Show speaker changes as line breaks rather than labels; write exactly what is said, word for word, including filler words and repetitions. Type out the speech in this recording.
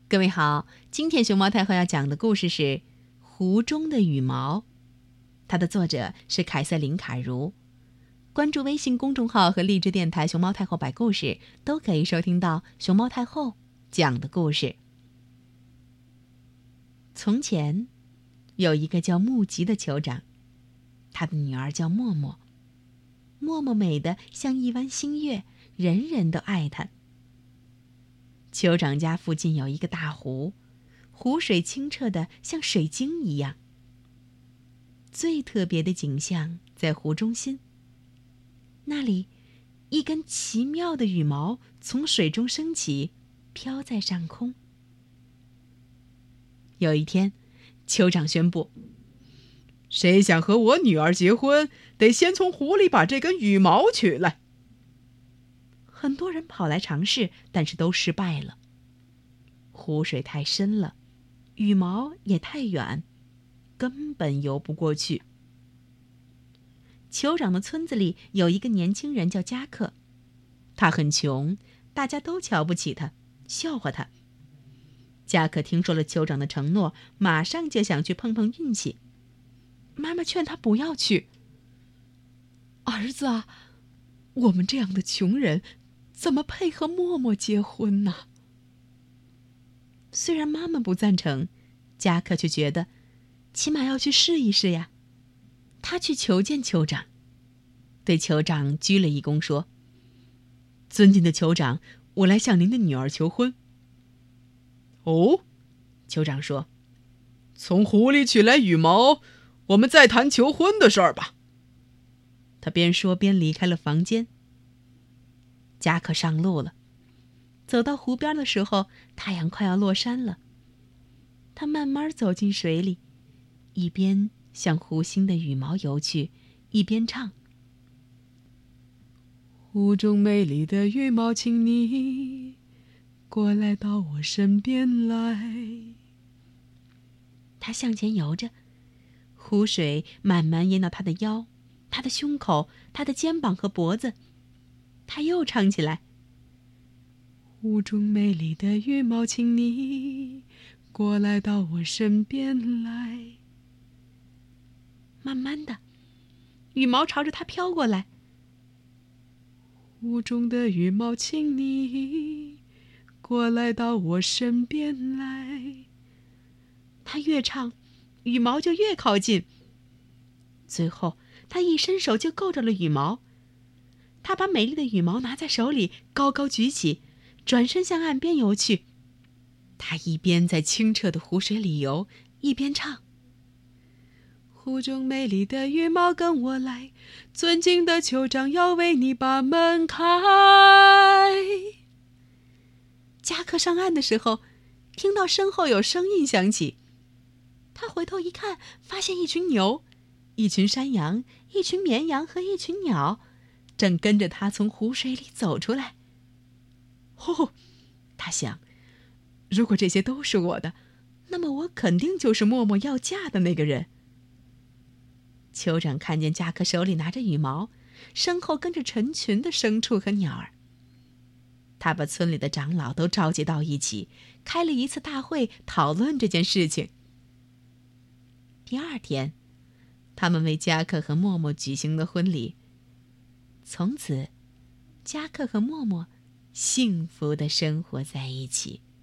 各位好，今天熊猫太后要讲的故事是《湖中的羽毛》，它的作者是凯瑟琳·卡茹。关注微信公众号和荔枝电台熊猫太后摆故事，都可以收听到熊猫太后讲的故事。从前有一个叫木吉的酋长，他的女儿叫默默。默默美得像一弯新月，人人都爱她。酋长家附近有一个大湖，湖水清澈的像水晶一样。最特别的景象在湖中心，那里一根奇妙的羽毛从水中升起，飘在上空。有一天，酋长宣布，
谁想和我女儿结婚，得先从湖里把这根羽毛取来。
很多人跑来尝试，但是都失败了。湖水太深了，羽毛也太远，根本游不过去。酋长的村子里有一个年轻人叫加克，他很穷，大家都瞧不起他，笑话他。加克听说了酋长的承诺，马上就想去碰碰运气。妈妈劝他不要去。儿子啊，我们这样的穷人，怎么配和默默结婚呢？虽然妈妈不赞成，加克却觉得起码要去试一试呀。他去求见酋长，对酋长鞠了一躬说，尊敬的酋长，我来向您的女儿求婚。
哦，
酋长说，
从湖里取来羽毛，我们再谈求婚的事儿吧。
他边说边离开了房间。加克上路了，走到湖边的时候，太阳快要落山了。他慢慢走进水里，一边向湖心的羽毛游去，一边唱，
湖中美丽的羽毛，请你过来到我身边来。
他向前游着，湖水慢慢淹到他的腰，他的胸口，他的肩膀和脖子。他又唱起来，
湖中美丽的羽毛，请你过来到我身边来。
慢慢的，羽毛朝着他飘过来。
湖中的羽毛，请你过来到我身边来。
他越唱，羽毛就越靠近。最后，他一伸手就够着了羽毛。他把美丽的羽毛拿在手里，高高举起，转身向岸边游去。他一边在清澈的湖水里游，一边唱，
湖中美丽的羽毛，跟我来，尊敬的酋长要为你把门开。
加克上岸的时候，听到身后有声音响起。他回头一看，发现一群牛，一群山羊，一群绵羊和一群鸟正跟着他从湖水里走出来。哦，他想，如果这些都是我的，那么我肯定就是默默要嫁的那个人。酋长看见加克手里拿着羽毛，身后跟着成群的牲畜和鸟儿。他把村里的长老都召集到一起，开了一次大会，讨论这件事情。第二天，他们为加克和默默举行了婚礼。从此，加克和默默幸福地生活在一起。